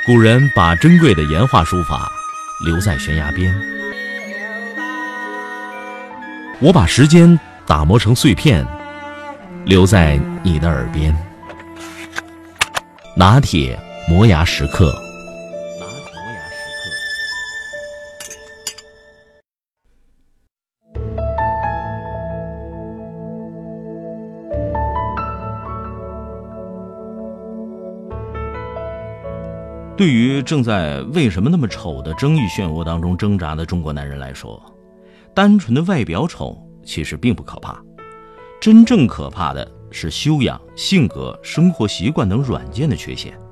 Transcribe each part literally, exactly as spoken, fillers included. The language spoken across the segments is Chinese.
古人把珍贵的岩画书法留在悬崖边，我把时间打磨成碎片，留在你的耳边。拿铁磨牙时刻。对于正在为什么那么丑的争议漩涡当中挣扎的中国男人来说，单纯的外表丑其实并不可怕，真正可怕的是修养、性格、生活习惯等软件的缺陷。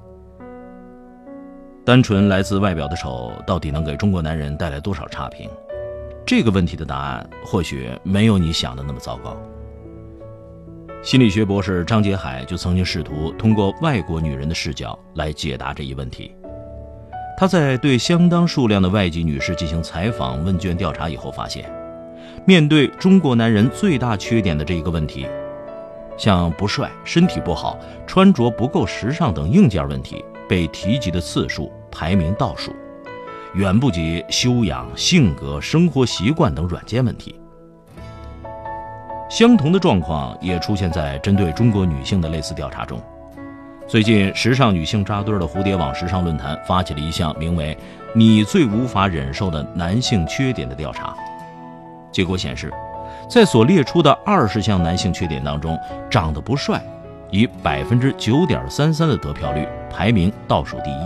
单纯来自外表的丑到底能给中国男人带来多少差评？这个问题的答案或许没有你想的那么糟糕。心理学博士张杰海就曾经试图通过外国女人的视角来解答这一问题。他在对相当数量的外籍女士进行采访问卷调查以后发现，面对中国男人最大缺点的这一个问题，像不帅、身体不好、穿着不够时尚等硬件问题被提及的次数排名倒数，远不及修养、性格、生活习惯等软件问题。相同的状况也出现在针对中国女性的类似调查中。最近，时尚女性扎堆的蝴蝶网时尚论坛发起了一项名为“你最无法忍受的男性缺点”的调查。结果显示，在所列出的二十项男性缺点当中，长得不帅以 百分之九点三三 的得票率排名倒数第一。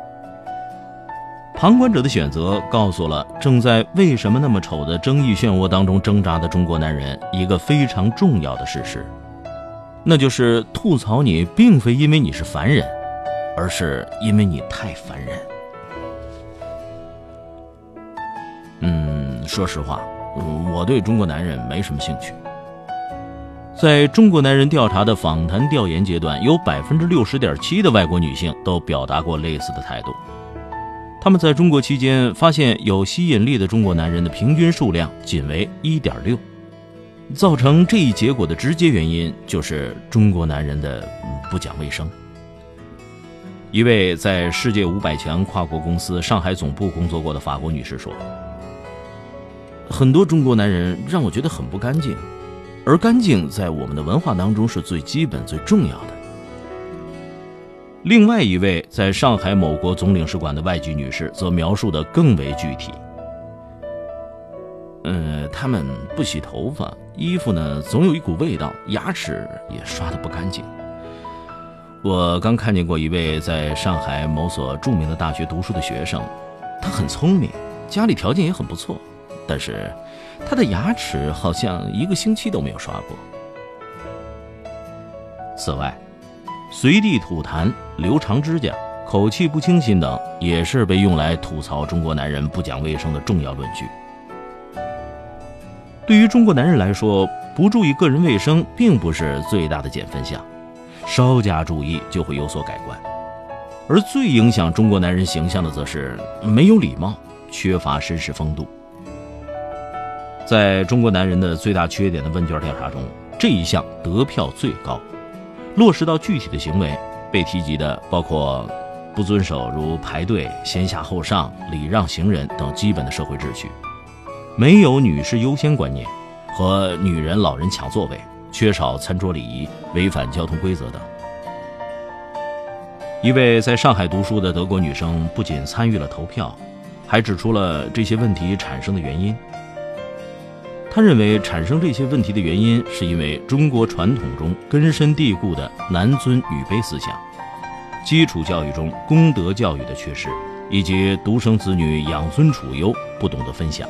旁观者的选择告诉了正在为什么那么丑的争议漩涡当中挣扎的中国男人一个非常重要的事实，那就是吐槽你并非因为你是凡人，而是因为你太烦人。嗯，说实话，我对中国男人没什么兴趣。在中国男人调查的访谈调研阶段，有 百分之六十点七 的外国女性都表达过类似的态度。他们在中国期间发现，有吸引力的中国男人的平均数量仅为 一点六。造成这一结果的直接原因就是中国男人的不讲卫生。一位在世界五百强跨国公司上海总部工作过的法国女士说，很多中国男人让我觉得很不干净，而干净在我们的文化当中是最基本最重要的。另外一位在上海某国总领事馆的外籍女士则描述得更为具体。嗯，他们不洗头发，衣服呢总有一股味道，牙齿也刷得不干净。我刚看见过一位在上海某所著名的大学读书的学生，他很聪明，家里条件也很不错，但是他的牙齿好像一个星期都没有刷过。此外，随地吐痰、留长指甲、口气不清新等也是被用来吐槽中国男人不讲卫生的重要论据。对于中国男人来说，不注意个人卫生并不是最大的减分项，稍加注意就会有所改观。而最影响中国男人形象的则是没有礼貌，缺乏绅士风度。在中国男人的最大缺点的问卷调查中，这一项得票最高。落实到具体的行为，被提及的包括不遵守如排队、先下后上、礼让行人等基本的社会秩序，没有女士优先观念，和女人老人抢座位，缺少餐桌礼仪，违反交通规则等。一位在上海读书的德国女生不仅参与了投票，还指出了这些问题产生的原因。他认为产生这些问题的原因是因为中国传统中根深蒂固的男尊女卑思想，基础教育中公德教育的缺失，以及独生子女养尊处优不懂得分享。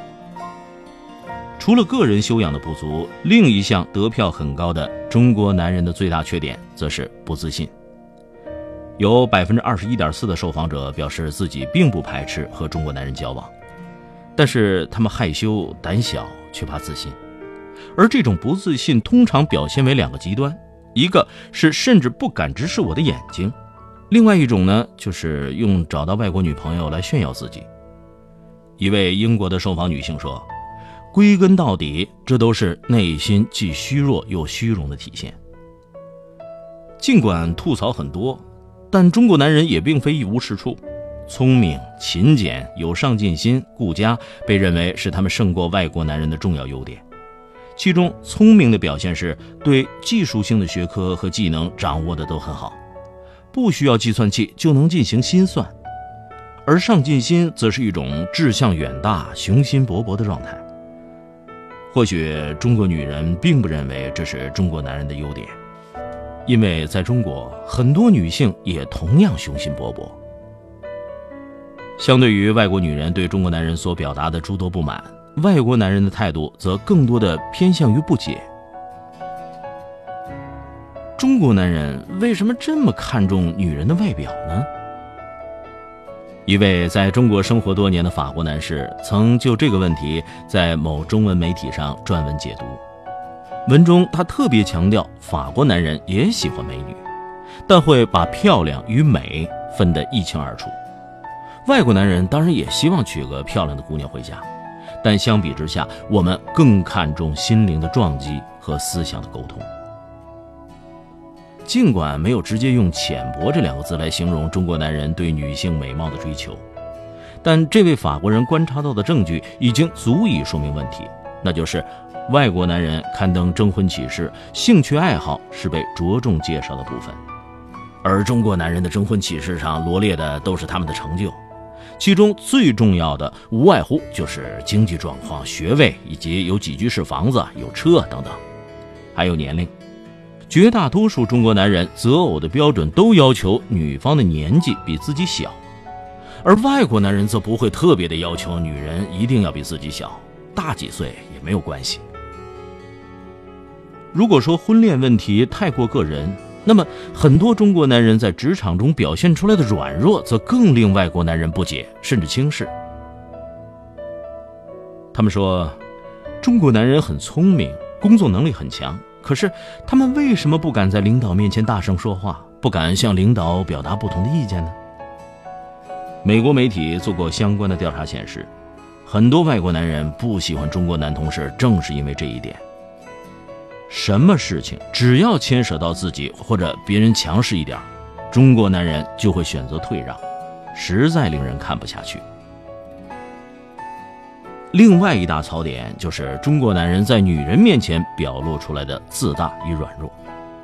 除了个人修养的不足，另一项得票很高的中国男人的最大缺点则是不自信。有 百分之二十一点四 的受访者表示自己并不排斥和中国男人交往，但是他们害羞胆小，缺乏自信。而这种不自信通常表现为两个极端，一个是甚至不敢直视我的眼睛，另外一种呢，就是用找到外国女朋友来炫耀自己。一位英国的受访女性说，归根到底，这都是内心既虚弱又虚荣的体现。尽管吐槽很多， 但中国男人也并非一无是处，聪明、勤俭、有上进心、顾家被认为是他们胜过外国男人的重要优点。其中聪明的表现是对技术性的学科和技能掌握的都很好，不需要计算器就能进行心算，而上进心则是一种志向远大、雄心勃勃的状态。或许中国女人并不认为这是中国男人的优点，因为在中国很多女性也同样雄心勃勃。相对于外国女人对中国男人所表达的诸多不满，外国男人的态度则更多的偏向于不解。中国男人为什么这么看重女人的外表呢？一位在中国生活多年的法国男士曾就这个问题在某中文媒体上撰文解读。文中他特别强调，法国男人也喜欢美女，但会把漂亮与美分得一清二楚。外国男人当然也希望娶个漂亮的姑娘回家，但相比之下，我们更看重心灵的撞击和思想的沟通。尽管没有直接用浅薄这两个字来形容中国男人对女性美貌的追求，但这位法国人观察到的证据已经足以说明问题，那就是外国男人刊登征婚启事，兴趣爱好是被着重介绍的部分，而中国男人的征婚启事上罗列的都是他们的成就，其中最重要的无外乎就是经济状况、学位以及有几居室房子、有车等等，还有年龄。绝大多数中国男人择偶的标准都要求女方的年纪比自己小，而外国男人则不会特别的要求女人一定要比自己小，大几岁也没有关系。如果说婚恋问题太过个人，那么很多中国男人在职场中表现出来的软弱则更令外国男人不解，甚至轻视。他们说，中国男人很聪明，工作能力很强，可是他们为什么不敢在领导面前大声说话，不敢向领导表达不同的意见呢？美国媒体做过相关的调查显示，很多外国男人不喜欢中国男同事，正是因为这一点。什么事情只要牵扯到自己或者别人强势一点，中国男人就会选择退让，实在令人看不下去。另外一大槽点就是中国男人在女人面前表露出来的自大与软弱。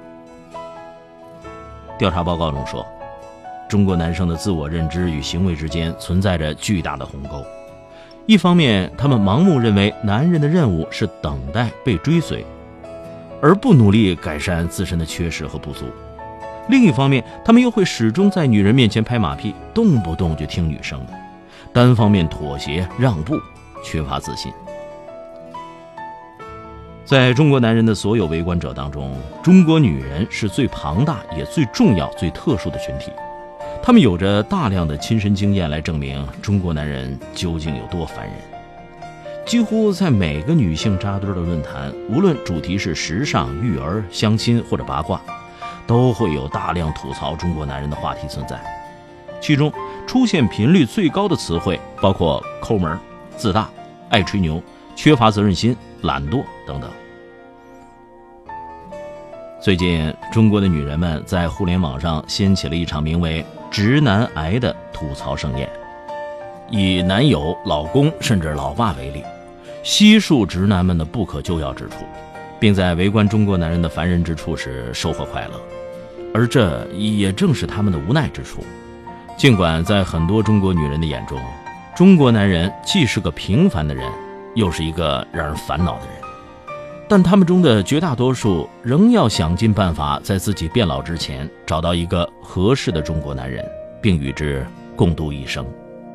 调查报告中说，中国男生的自我认知与行为之间存在着巨大的鸿沟。一方面，他们盲目认为男人的任务是等待被追随，而不努力改善自身的缺失和不足；另一方面，他们又会始终在女人面前拍马屁，动不动就听女生的，单方面妥协让步，缺乏自信。在中国男人的所有围观者当中，中国女人是最庞大也最重要最特殊的群体，他们有着大量的亲身经验来证明中国男人究竟有多烦人。几乎在每个女性扎堆的论坛，无论主题是时尚、育儿、相亲或者八卦，都会有大量吐槽中国男人的话题存在。其中出现频率最高的词汇包括抠门、自大、爱吹牛、缺乏责任心、懒惰等等。最近，中国的女人们在互联网上掀起了一场名为“直男癌”的吐槽盛宴，以男友、老公甚至老爸为例，悉数直男们的不可救药之处，并在围观中国男人的烦人之处时收获快乐，而这也正是他们的无奈之处。尽管在很多中国女人的眼中，中国男人既是个平凡的人，又是一个让人烦恼的人，但他们中的绝大多数仍要想尽办法在自己变老之前找到一个合适的中国男人，并与之共度一生。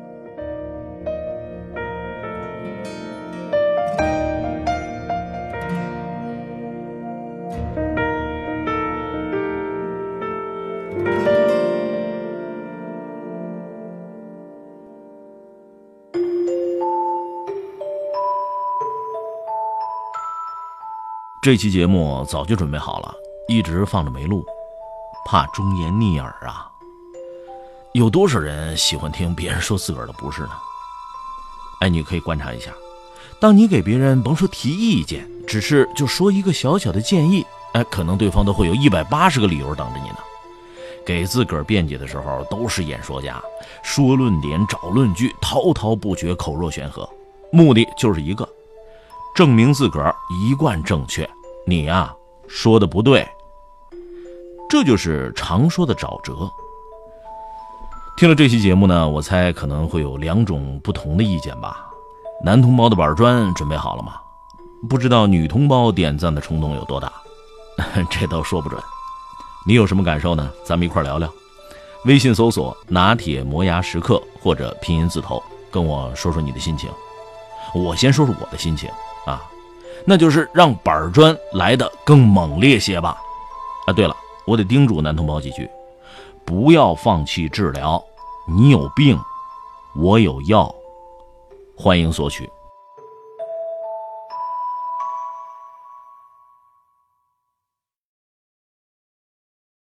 这期节目早就准备好了，一直放着没录，怕忠言逆耳啊。有多少人喜欢听别人说自个儿的不是呢？哎，你可以观察一下，当你给别人甭说提意见，只是就说一个小小的建议，哎，可能对方都会有一百八十个理由等着你呢。 给自个儿辩解的时候都是演说家，说论点找论据，滔滔不绝，口若悬河，目的就是一个，证明自个儿一贯正确，你呀、啊、说的不对。这就是常说的找辙。听了这期节目呢，我猜可能会有两种不同的意见吧。男同胞的板砖准备好了吗？不知道女同胞点赞的冲动有多大，这倒说不准。你有什么感受呢？咱们一块聊聊。微信搜索拿铁磨牙时刻或者拼音字头，跟我说说你的心情。我先说说我的心情啊，那就是让板砖来得更猛烈些吧。啊，对了，我得叮嘱男同胞几句，不要放弃治疗，你有病，我有药，欢迎索取。